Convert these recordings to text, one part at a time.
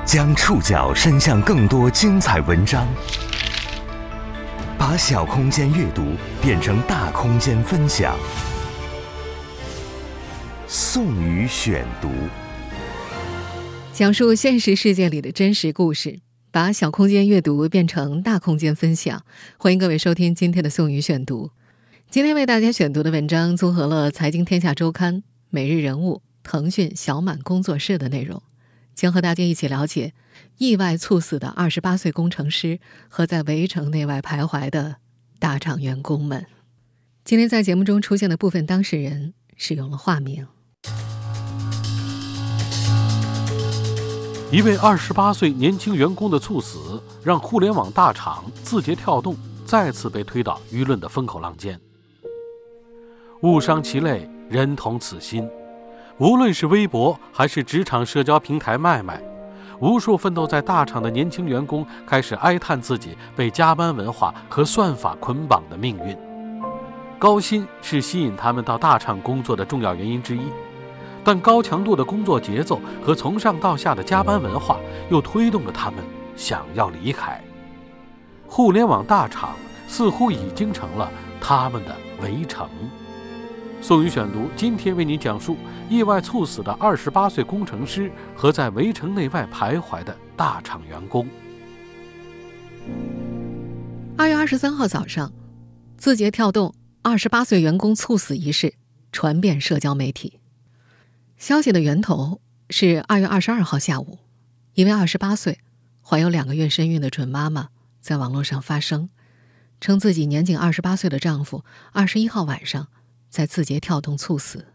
将触角伸向更多精彩文章，把小空间阅读变成大空间分享。宋宇选读， 讲述现实世界里的真实故事，把小空间阅读变成大空间分享。欢迎各位收听今天的宋宇选读。今天为大家选读的文章综合了财经天下周刊、每日人物、腾讯小满工作室的内容，将和大家一起了解意外猝死的28岁工程师和在围城内外徘徊的大厂员工们。今天在节目中出现的部分当事人使用了化名。 一位28岁年轻员工的猝死，让互联网大厂字节跳动再次被推到舆论的风口浪尖。物伤其类，人同此心。无论是微博还是职场社交平台麦麦，无数奋斗在大厂的年轻员工开始哀叹自己被加班文化和算法捆绑的命运。高薪是吸引他们到大厂工作的重要原因之一，但高强度的工作节奏和从上到下的加班文化又推动着他们想要离开。互联网大厂似乎已经成了他们的围城。宋宇选读今天为您讲述意外猝死的28岁工程师和在围城内外徘徊的大厂员工。 2月23号早上，字节跳动28岁员工猝死一事传遍社交媒体。消息的源头是2月22号下午，一位28岁、怀有2个月身孕的准妈妈在网络上发声，称自己年仅28岁的丈夫21号晚上在字节跳动猝死。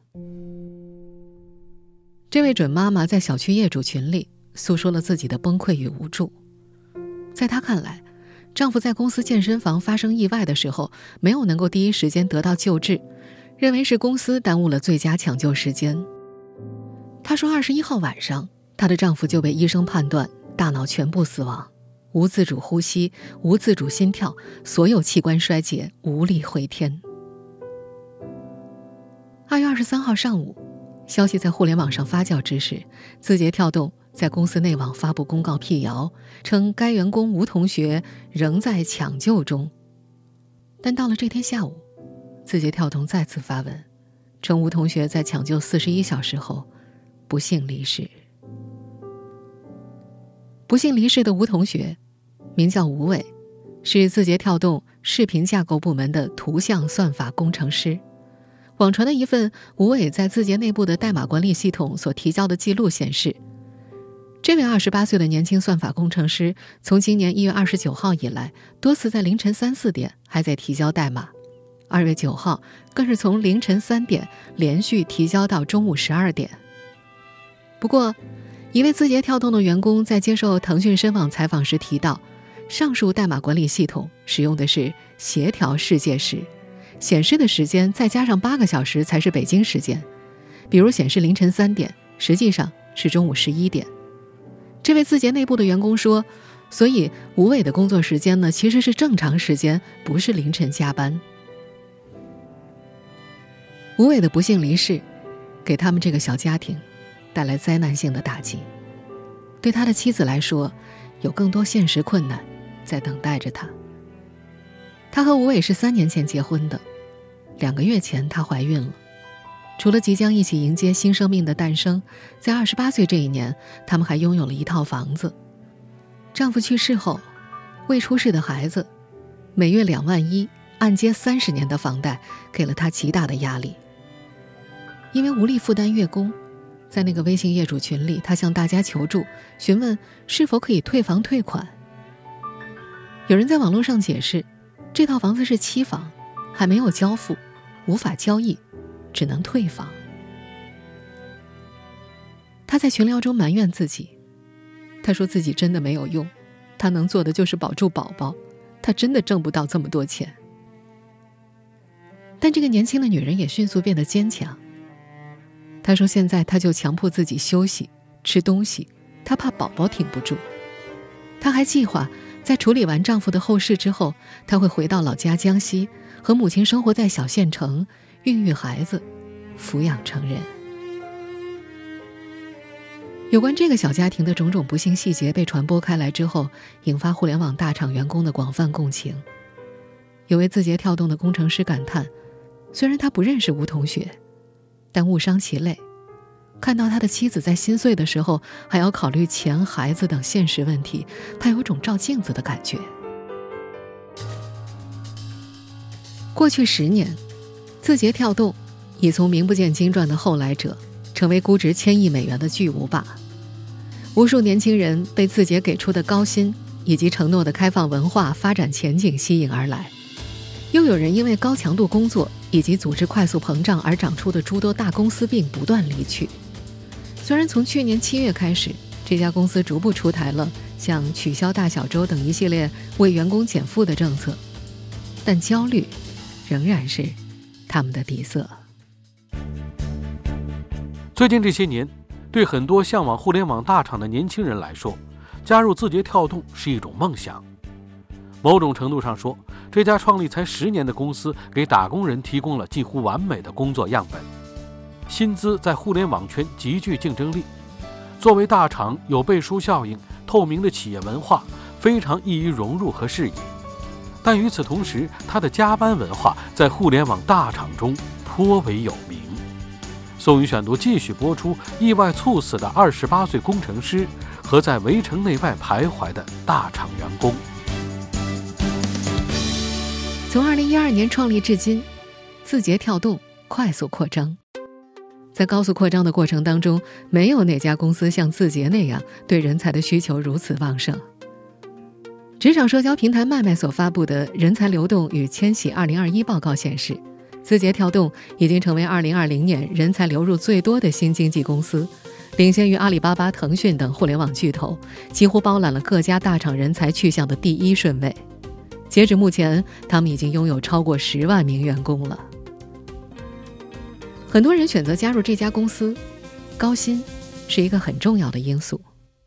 这位准妈妈在小区业主群里诉说了自己的崩溃与无助。在她看来，丈夫在公司健身房发生意外的时候没有能够第一时间得到救治，认为是公司耽误了最佳抢救时间。她说21号晚上，她的丈夫就被医生判断大脑全部死亡，无自主呼吸，无自主心跳，所有器官衰竭，无力回天。2月23号上午，消息在互联网上发酵之时，字节跳动在公司内网发布公告辟谣，称该员工吴同学仍在抢救中。但到了这天下午，字节跳动再次发文，称吴同学在抢救41小时后不幸离世。不幸离世的吴同学名叫吴伟，是字节跳动视频架构部门的图像算法工程师。网传的一份吴伟在字节内部的代码管理系统所提交的记录显示，这位28岁的年轻算法工程师从今年1月29号以来，多次在凌晨3、4点还在提交代码，2月9号更是从凌晨3点连续提交到中午12点。不过，一位字节跳动的员工在接受腾讯深网采访时提到，上述代码管理系统使用的是协调世界时，显示的时间再加上8个小时才是北京时间，比如显示凌晨3点，实际上是中午11点。这位字节内部的员工说，所以吴伟的工作时间呢，其实是正常时间，不是凌晨加班。吴伟的不幸离世，给他们这个小家庭带来灾难性的打击。对他的妻子来说，有更多现实困难在等待着他。他和吴伟是3年前结婚的，2个月前她怀孕了。除了即将一起迎接新生命的诞生，在28岁这一年，他们还拥有了一套房子。丈夫去世后，未出世的孩子每月2万1，按揭30年的房贷，给了她极大的压力。因为无力负担月供，在那个微信业主群里，她向大家求助，询问是否可以退房退款。有人在网络上解释，这套房子是期房，还没有交付，无法交易，只能退房。他在群聊中埋怨自己，他说自己真的没有用，他能做的就是保住宝宝，他真的挣不到这么多钱。但这个年轻的女人也迅速变得坚强。她说现在她就强迫自己休息吃东西，她怕宝宝挺不住。她还计划在处理完丈夫的后事之后，她会回到老家江西，和母亲生活在小县城，孕育孩子，抚养成人。 有关这个小家庭的种种不幸细节被传播开来之后，引发互联网大厂员工的广泛共情。有位字节跳动的工程师感叹，虽然他不认识吴同学，但误伤其类。看到他的妻子在心碎的时候还要考虑钱、孩子等现实问题，他有种照镜子的感觉。过去10年，字节跳动已从名不见经传的后来者成为估值1000亿美元的巨无霸。无数年轻人被字节给出的高薪以及承诺的开放文化发展前景吸引而来，又有人因为高强度工作以及组织快速膨胀而长出的诸多大公司病不断离去。虽然从去年7月开始，这家公司逐步出台了像取消大小周等一系列为员工减负的政策，但焦虑仍然是他们的底色。 最近这些年，对很多向往互联网大厂的年轻人来说，加入字节跳动是一种梦想。某种程度上说，这家创立才10年的公司给打工人提供了几乎完美的工作样本。薪资在互联网圈极具竞争力，作为大厂有背书效应、透明的企业文化，非常易于融入和适应。但与此同时，它的加班文化在互联网大厂中颇为有名。宋宇选读继续播出意外猝死的28岁工程师和在围城内外徘徊的大厂员工。 从2012年创立至今，字节跳动快速扩张。在高速扩张的过程当中，没有哪家公司像字节那样对人才的需求如此旺盛。职场社交平台麦麦所发布的人才流动与迁徙2021报告显示，字节跳动已经成为2020年人才流入最多的新经济公司，领先于阿里巴巴、腾讯等互联网巨头，几乎包揽了各家大厂人才去向的第1顺位。截止目前，他们已经拥有超过10万名员工了。很多人选择加入这家公司，高薪是一个很重要的因素。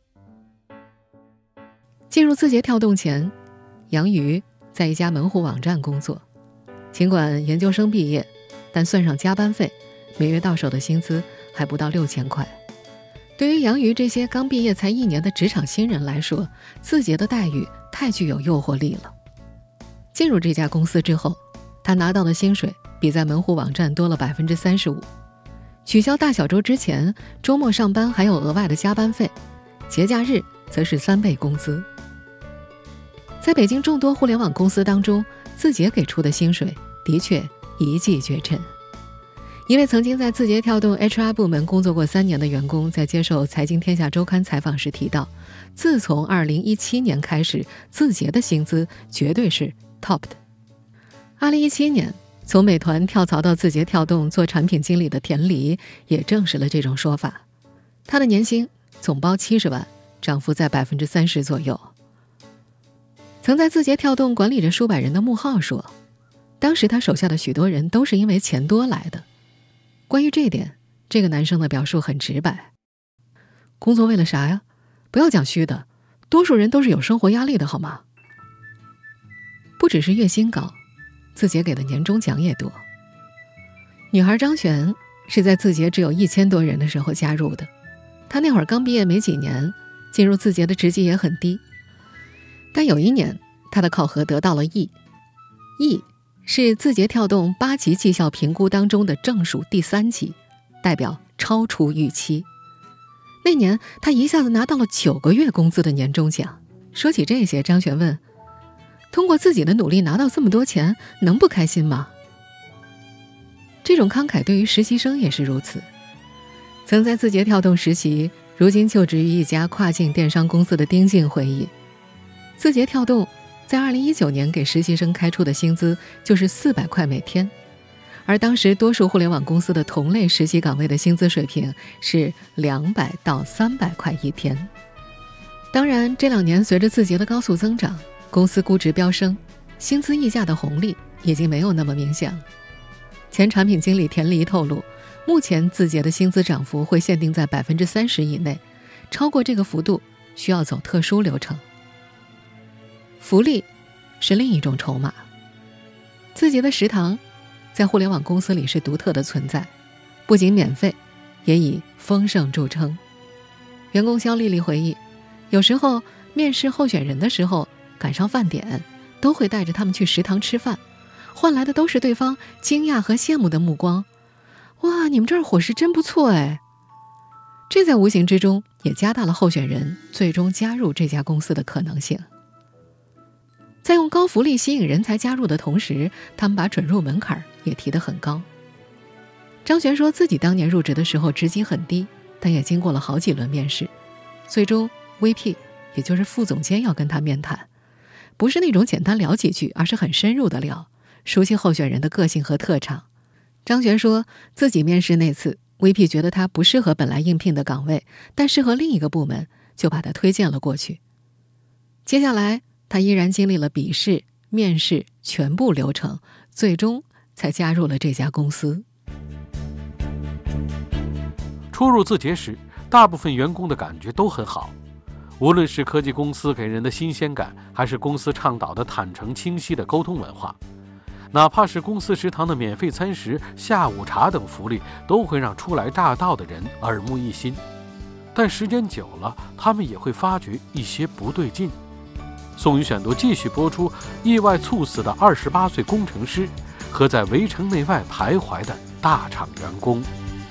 进入字节跳动前，杨瑜在一家门户网站工作，尽管研究生毕业，但算上加班费，每月到手的薪资还不到6000块。对于杨瑜这些刚毕业才1年的职场新人来说，字节的待遇太具有诱惑力了。进入这家公司之后，他拿到的薪水比在门户网站多了 35%。 取消大小周之前，周末上班还有额外的加班费，节假日则是3倍工资。在北京众多互联网公司当中，字节给出的薪水的确一骑绝尘。一位曾经在字节跳动 HR 部门工作过3年的员工，在接受财经天下周刊采访时提到，自从2017年开始，字节的薪资绝对是 top 的。2017年从美团跳槽到字节跳动做产品经理的田黎也证实了这种说法。他的年薪总包70万，涨幅在 30% 左右。曾在字节跳动管理着数百人的穆浩说，当时他手下的许多人都是因为钱多来的。关于这一点，这个男生的表述很直白。工作为了啥呀？不要讲虚的，多数人都是有生活压力的好吗？不只是月薪高，字节给的年终奖也多。女孩张璇是在字节只有1000多人的时候加入的，她那会儿刚毕业没几年，进入字节的职级也很低。但有一年，她的考核得到了 E 是字节跳动8级绩效评估当中的正数第3级，代表超出预期。那年她一下子拿到了9个月工资的年终奖。说起这些，张璇问，通过自己的努力拿到这么多钱，能不开心吗？这种慷慨对于实习生也是如此。曾在字节跳动实习，如今就职于一家跨境电商公司的丁静回忆，字节跳动在2019年给实习生开出的薪资就是400块每天，而当时多数互联网公司的同类实习岗位的薪资水平是200到300块一天。当然，这2年随着字节的高速增长，公司估值飙升，薪资溢价的红利已经没有那么明显了。前产品经理田黎透露，目前字节的薪资涨幅会限定在 30% 以内，超过这个幅度需要走特殊流程。福利是另一种筹码。字节的食堂在互联网公司里是独特的存在，不仅免费，也以丰盛著称。 员工肖丽丽回忆，有时候面试候选人的时候赶上饭点，都会带着他们去食堂吃饭，换来的都是对方惊讶和羡慕的目光。哇，你们这儿伙食真不错哎！这在无形之中也加大了候选人最终加入这家公司的可能性。在用高福利吸引人才加入的同时，他们把准入门槛也提得很高。张璇说自己当年入职的时候职级很低，但也经过了好几轮面试，最终 VP 也就是副总监要跟他面谈，不是那种简单聊几句，而是很深入的聊，熟悉候选人的个性和特长。张璇说自己面试那次 VP 觉得他不适合本来应聘的岗位，但适合另一个部门，就把他推荐了过去。接下来他依然经历了笔试、面试全部流程，最终才加入了这家公司。 初入字节时，大部分员工的感觉都很好，无论是科技公司给人的新鲜感，还是公司倡导的坦诚清晰的沟通文化，哪怕是公司食堂的免费餐食、下午茶等福利，都会让初来乍到的人耳目一新。但时间久了，他们也会发觉一些不对劲。宋宇选读继续播出意外猝死的28岁工程师和在围城内外徘徊的大厂员工。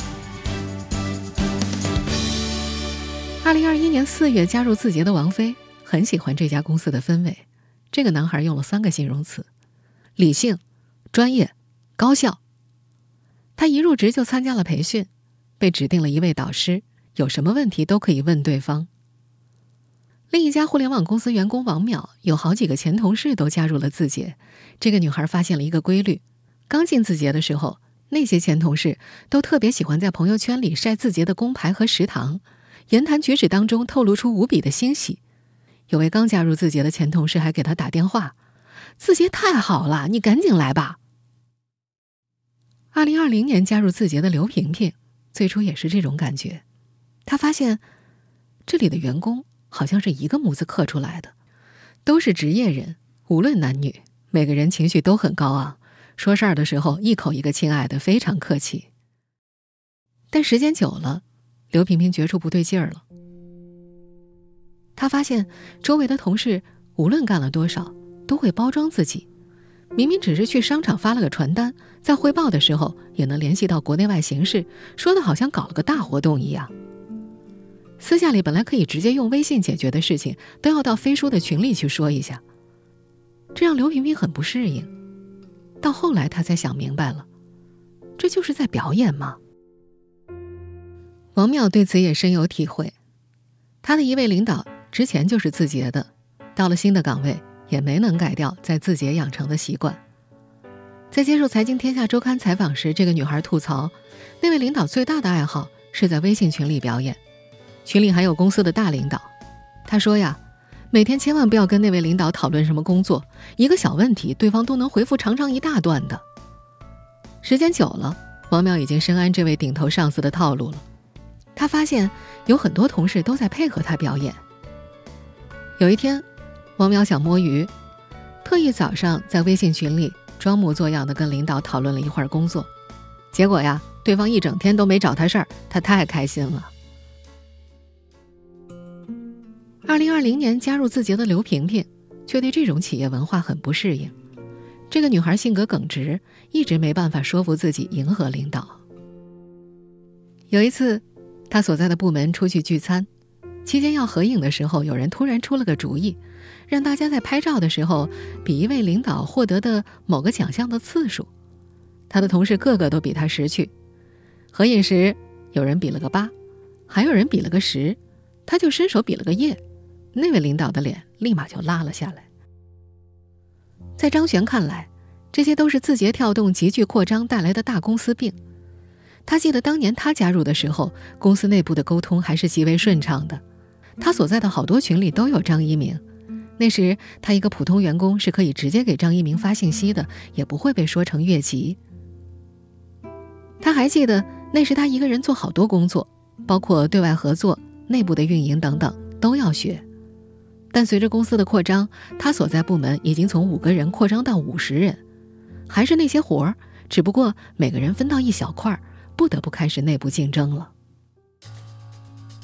2021年4月加入字节的王菲很喜欢这家公司的氛围。这个男孩用了3个形容词：理性、专业、高效。他一入职就参加了培训，被指定了一位导师，有什么问题都可以问对方。另一家互联网公司员工王淼有好几个前同事都加入了字节。这个女孩发现了一个规律，刚进字节的时候，那些前同事都特别喜欢在朋友圈里晒字节的工牌和食堂，言谈举止当中透露出无比的欣喜。有位刚加入字节的前同事还给他打电话：字节太好了，你赶紧来吧。2020年加入字节的刘萍萍最初也是这种感觉。她发现这里的员工好像是一个模子刻出来的，都是职业人，无论男女，每个人情绪都很高昂，说事儿的时候一口一个亲爱的，非常客气。但时间久了，刘萍萍觉出不对劲儿了。她发现周围的同事无论干了多少，都会包装自己。明明只是去商场发了个传单，在汇报的时候也能联系到国内外形势，说的好像搞了个大活动一样。私下里本来可以直接用微信解决的事情，都要到飞书的群里去说一下，这让刘萍萍很不适应。到后来她才想明白了，这就是在表演吗？王淼对此也深有体会。他的一位领导之前就是字节的，到了新的岗位也没能改掉在字节养成的习惯。在接受财经天下周刊采访时，这个女孩吐槽，那位领导最大的爱好是在微信群里表演，群里还有公司的大领导。她说呀，每天千万不要跟那位领导讨论什么工作，一个小问题对方都能回复长长一大段的。时间久了，王淼已经深谙这位顶头上司的套路了。他发现有很多同事都在配合他表演。有一天，王淼想摸鱼，特意早上在微信群里装模作样的跟领导讨论了一会儿工作，结果呀，对方一整天都没找他事儿，他太开心了。2020年加入字节的刘萍萍却对这种企业文化很不适应。这个女孩性格耿直，一直没办法说服自己迎合领导。有一次，她所在的部门出去聚餐，期间要合影的时候，有人突然出了个主意，让大家在拍照的时候比一位领导获得的某个奖项的次数。她的同事个个都比她识趣，合影时有人比了个8，还有人比了个10，她就伸手比了个耶，那位领导的脸立马就拉了下来。在张璇看来，这些都是字节跳动急剧扩张带来的大公司病。他记得当年他加入的时候，公司内部的沟通还是极为顺畅的，他所在的好多群里都有张一鸣，那时他一个普通员工是可以直接给张一鸣发信息的，也不会被说成越级。他还记得那时他一个人做好多工作，包括对外合作、内部的运营等等都要学。但随着公司的扩张，他所在部门已经从5个人扩张到50人，还是那些活儿，只不过每个人分到一小块，不得不开始内部竞争了。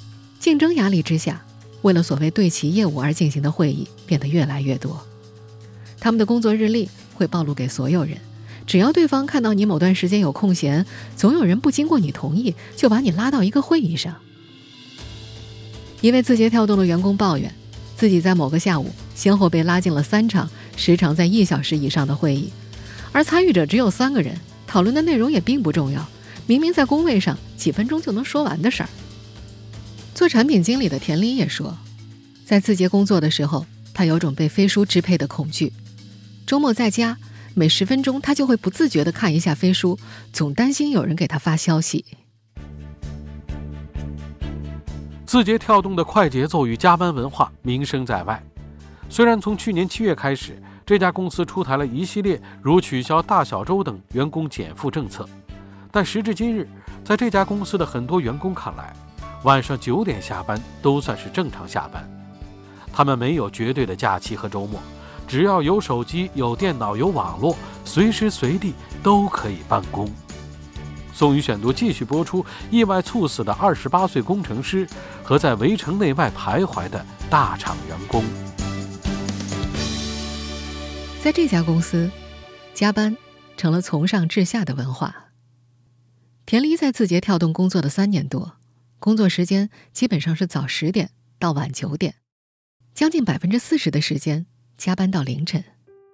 竞争压力之下，为了所谓对齐业务而进行的会议变得越来越多。他们的工作日历会暴露给所有人，只要对方看到你某段时间有空闲，总有人不经过你同意就把你拉到一个会议上。一位字节跳动的员工抱怨，自己在某个下午先后被拉进了3场时长在1小时以上的会议，而参与者只有3个人，讨论的内容也并不重要，明明在工位上几分钟就能说完的事儿。做产品经理的田黎也说，在字节工作的时候，他有种被飞书支配的恐惧。周末在家，每10分钟他就会不自觉地看一下飞书，总担心有人给他发消息。 字节跳动的快节奏与加班文化名声在外。虽然从去年7月开始，这家公司出台了一系列如取消大小周等员工减负政策，但时至今日，在这家公司的很多员工看来，晚上9点下班都算是正常下班。他们没有绝对的假期和周末，只要有手机、有电脑、有网络，随时随地都可以办公。宋宇选读继续播出意外猝死的28岁工程师和在围城内外徘徊的大厂员工。 在这家公司，加班成了从上至下的文化。田黎在字节跳动工作的3年多，工作时间基本上是早10点到晚9点，将近40%的时间加班到凌晨。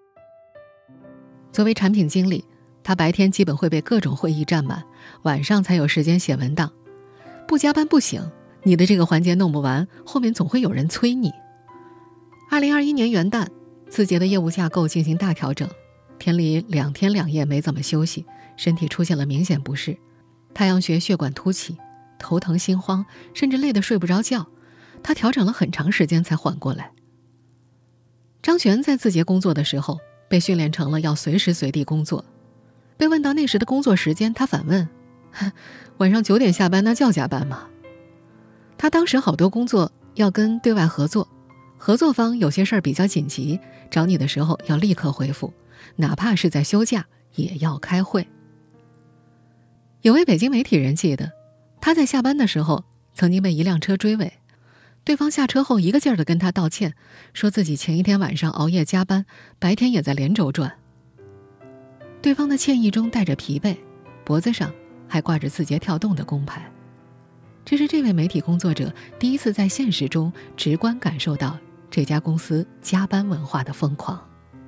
作为产品经理，他白天基本会被各种会议占满，晚上才有时间写文档。不加班不行，你的这个环节弄不完，后面总会有人催你。2021年元旦，字节的业务架构进行大调整，田黎2天2夜没怎么休息，身体出现了明显不适，太阳穴血管凸起，头疼心慌，甚至累得睡不着觉。他调整了很长时间才缓过来。张璇在字节工作的时候，被训练成了要随时随地工作。被问到那时的工作时间，他反问：晚上9点下班，那叫加班吗？他当时好多工作要跟对外合作，合作方有些事儿比较紧急，找你的时候要立刻回复，哪怕是在休假也要开会。有位北京媒体人记得，他在下班的时候曾经被一辆车追尾，对方下车后一个劲儿地跟他道歉，说自己前一天晚上熬夜加班，白天也在连轴转。对方的歉意中带着疲惫，脖子上还挂着字节跳动的工牌。这是这位媒体工作者第一次在现实中直观感受到这家公司加班文化的疯狂。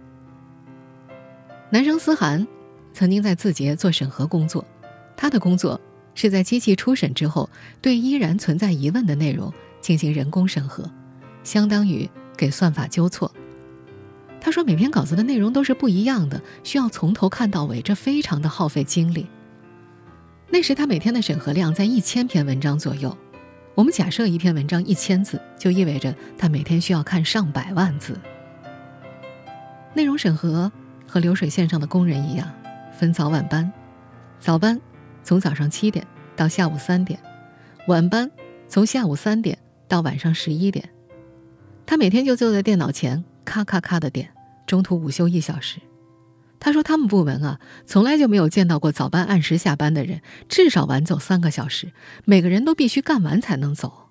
男生思涵曾经在字节做审核工作，他的工作是在机器初审之后，对依然存在疑问的内容进行人工审核，相当于给算法纠错。他说每篇稿子的内容都是不一样的，需要从头看到尾，这非常的耗费精力。那时他每天的审核量在1000篇文章左右，我们假设一篇文章1000字，就意味着他每天需要看上百万字。内容审核和流水线上的工人一样，分早晚班。早班从早上7点到下午3点，晚班从下午3点到晚上11点。他每天就坐在电脑前咔咔咔的点，中途午休1小时。他说他们部门啊，从来就没有见到过早班按时下班的人，至少晚走3个小时，每个人都必须干完才能走。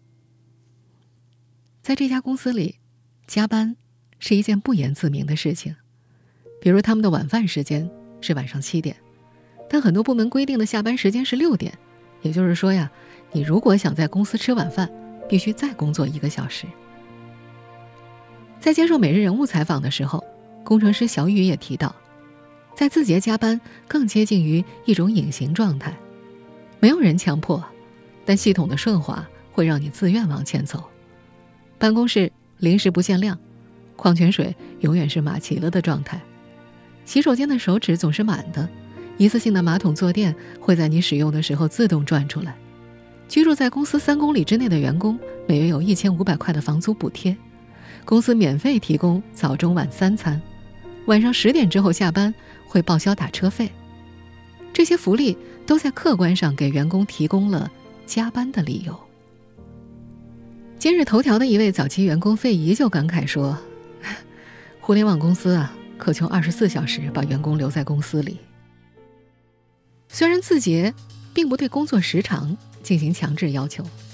在这家公司里，加班是一件不言自明的事情。比如他们的晚饭时间是晚上7点，但很多部门规定的下班时间是6点，也就是说呀，你如果想在公司吃晚饭，必须再工作1个小时。在接受每日人物采访的时候，工程师小雨也提到，在字节加班更接近于一种隐形状态，没有人强迫，但系统的顺滑会让你自愿往前走。办公室零食不限量，矿泉水永远是码齐了的状态，洗手间的手指总是满的，一次性的马桶坐垫会在你使用的时候自动转出来。居住在公司3公里之内的员工每月有1500块的房租补贴，公司免费提供早中晚3餐，晚上10点之后下班会报销打车费。这些福利都在客观上给员工提供了加班的理由。今日头条的一位早期员工费仪就感慨说，互联网公司啊，渴求24小时把员工留在公司里。虽然字节并不对工作时长进行强制要求，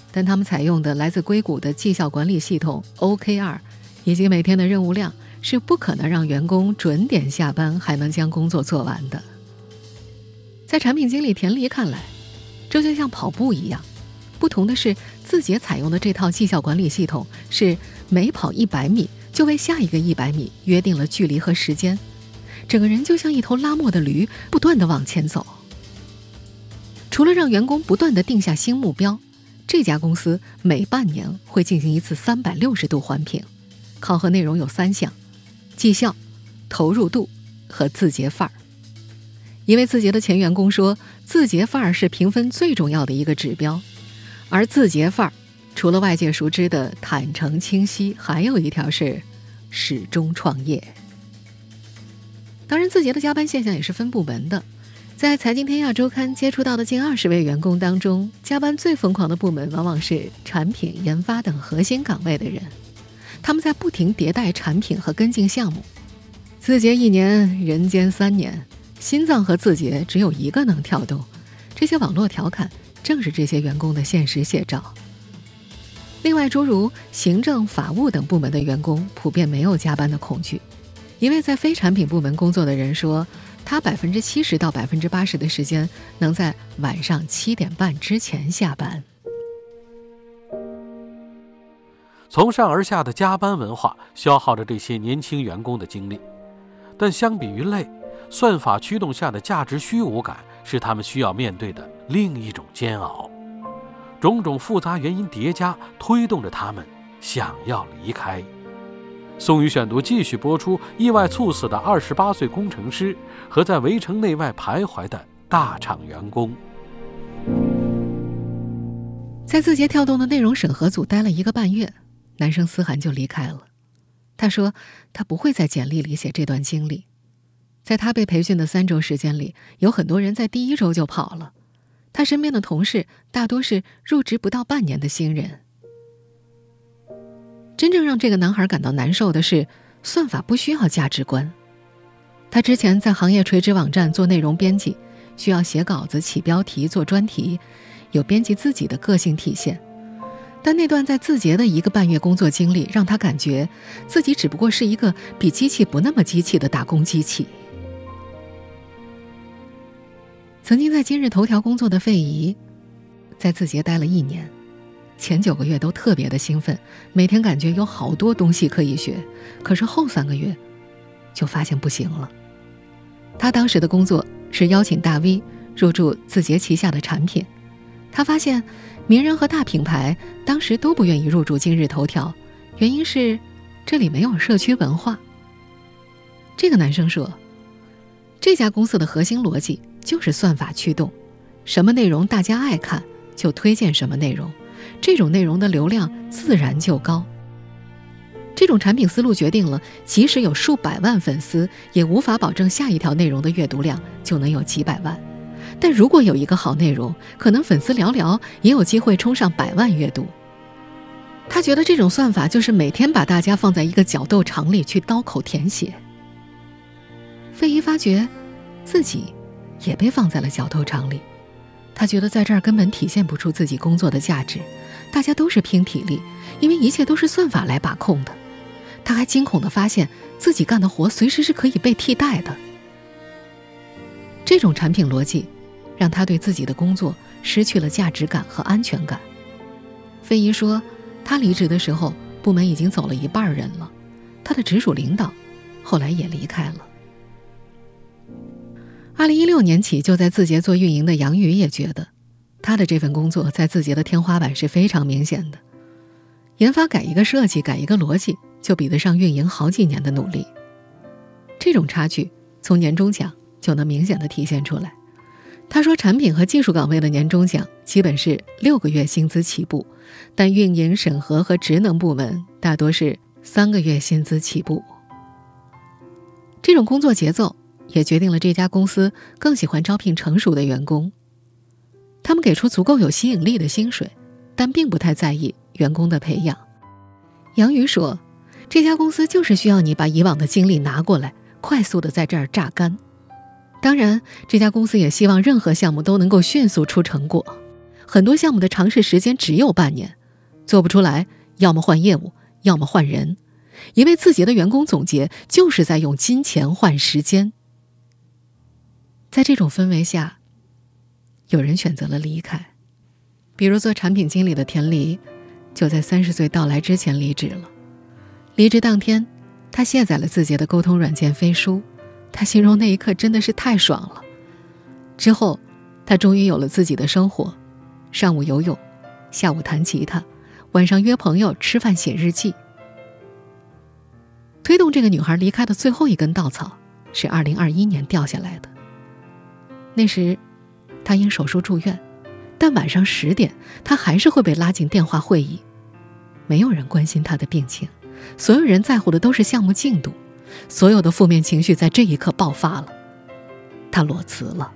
但他们采用的来自硅谷的绩效管理系统 OKR 以及每天的任务量是不可能让员工准点下班还能将工作做完的。在产品经理田黎看来，这就像跑步一样，不同的是字节采用的这套绩效管理系统是每跑100米就为下一个100米约定了距离和时间，整个人就像一头拉磨的驴，不断地往前走。除了让员工不断地定下新目标，这家公司每半年会进行一次360度环评，考核内容有3项：绩效、投入度和字节范儿。一位字节的前员工说，字节范儿是评分最重要的一个指标，而字节范儿除了外界熟知的坦诚清晰，还有一条是始终创业。当然，字节的加班现象也是分部门的。在财经天下周刊接触到的近20位员工当中，加班最疯狂的部门往往是产品、研发等核心岗位的人，他们在不停迭代产品和跟进项目。字节1年，人间3年，心脏和字节只有一个能跳动。这些网络调侃正是这些员工的现实写照。另外，诸如行政、法务等部门的员工普遍没有加班的恐惧。一位在非产品部门工作的人说，他70%到80%的时间能在晚上7点半之前下班。 从上而下的加班文化消耗着这些年轻员工的精力，但相比于累，算法驱动下的价值虚无感是他们需要面对的另一种煎熬。种种复杂原因叠加，推动着他们想要离开。宋宇选读继续播出意外猝死的28岁工程师和在围城内外徘徊的大厂员工。 在字节跳动的内容审核组待了1个半月，男生思涵就离开了。他说他不会在简历里写这段经历。在他被培训的3周时间里，有很多人在第1周就跑了。他身边的同事大多是入职不到半年的新人。真正让这个男孩感到难受的是，算法不需要价值观。他之前在行业垂直网站做内容编辑，需要写稿子、起标题、做专题，有编辑自己的个性体现。但那段在字节的1个半月工作经历，让他感觉自己只不过是一个比机器不那么机器的打工机器。曾经在今日头条工作的费仪，在字节待了1年，前9个月都特别的兴奋，每天感觉有好多东西可以学，可是后3个月就发现不行了。他当时的工作是邀请大 V 入驻字节旗下的产品，他发现名人和大品牌当时都不愿意入驻今日头条，原因是这里没有社区文化。这个男生说，这家公司的核心逻辑就是算法驱动，什么内容大家爱看就推荐什么内容，这种内容的流量自然就高。这种产品思路决定了，即使有数百万粉丝，也无法保证下一条内容的阅读量就能有几百万。但如果有一个好内容，可能粉丝寥寥也有机会冲上100万阅读。他觉得这种算法就是每天把大家放在一个角斗场里去刀口舔血。费仪发觉自己也被放在了角斗场里，他觉得在这儿根本体现不出自己工作的价值，大家都是拼体力，因为一切都是算法来把控的。他还惊恐地发现自己干的活随时是可以被替代的。这种产品逻辑让他对自己的工作失去了价值感和安全感。费仪说，他离职的时候，部门已经走了1半人了，他的直属领导后来也离开了。2016年起就在字节做运营的杨宇也觉得，他的这份工作在字节的天花板是非常明显的。研发改一个设计，改一个逻辑，就比得上运营好几年的努力。这种差距从年终奖就能明显的体现出来。他说，产品和技术岗位的年终奖基本是6个月薪资起步，但运营、审核和职能部门大多是3个月薪资起步。这种工作节奏也决定了这家公司更喜欢招聘成熟的员工。他们给出足够有吸引力的薪水，但并不太在意员工的培养。杨宇说，这家公司就是需要你把以往的经历拿过来，快速的在这儿榨干。当然，这家公司也希望任何项目都能够迅速出成果。 很多项目的尝试时间只有半年，做不出来，要么换业务，要么换人。一位字节的员工总结，就是在用金钱换时间。在这种氛围下，有人选择了离开。比如做产品经理的田黎，就在30岁到来之前离职了。离职当天，他卸载了字节的沟通软件飞书，他形容那一刻真的是太爽了。之后，他终于有了自己的生活，上午游泳，下午弹吉他，晚上约朋友吃饭写日记。推动这个女孩离开的最后一根稻草是2021年掉下来的。那时她因手术住院，但晚上10点她还是会被拉进电话会议。没有人关心她的病情，所有人在乎的都是项目进度。所有的负面情绪在这一刻爆发了，她裸辞了。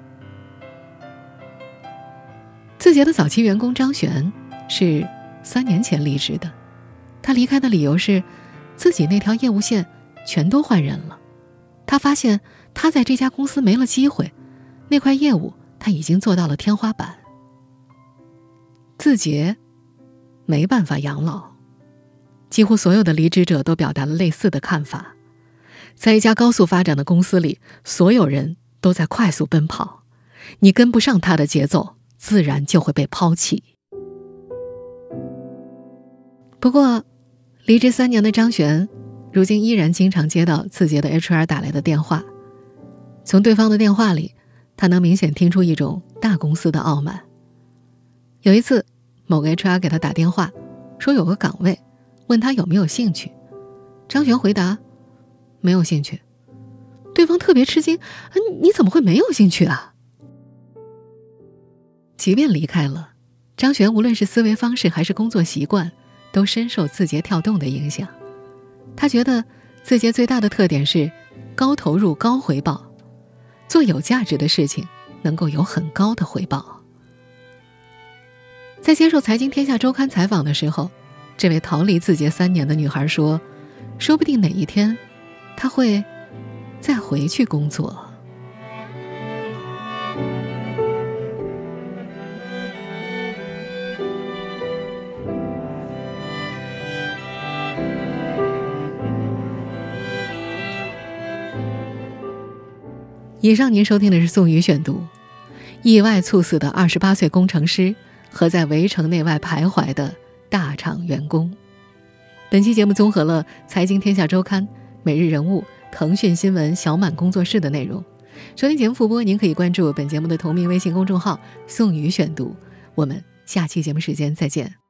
字节的早期员工张璇是3年前离职的，他离开的理由是自己那条业务线全都换人了。他发现他在这家公司没了机会，那块业务他已经做到了天花板。字节没办法养老，几乎所有的离职者都表达了类似的看法。在一家高速发展的公司里，所有人都在快速奔跑，你跟不上他的节奏，自然就会被抛弃。不过离职3年的张璇如今依然经常接到字节的 HR 打来的电话，从对方的电话里，他能明显听出一种大公司的傲慢。有一次，某个 HR 给他打电话，说有个岗位，问他有没有兴趣。张璇回答没有兴趣。对方特别吃惊，你怎么会没有兴趣啊？即便离开了，张璇无论是思维方式还是工作习惯，都深受字节跳动的影响。他觉得字节最大的特点是高投入高回报，做有价值的事情能够有很高的回报。在接受财经天下周刊采访的时候，这位逃离字节3年的女孩说，说不定哪一天她会再回去工作。以上您收听的是宋宇选读。意外猝死的28岁工程师和在围城内外徘徊的大厂员工。本期节目综合了财经天下周刊、每日人物、腾讯新闻小满工作室的内容。收听节目复播，您可以关注本节目的同名微信公众号宋宇选读。我们下期节目时间再见。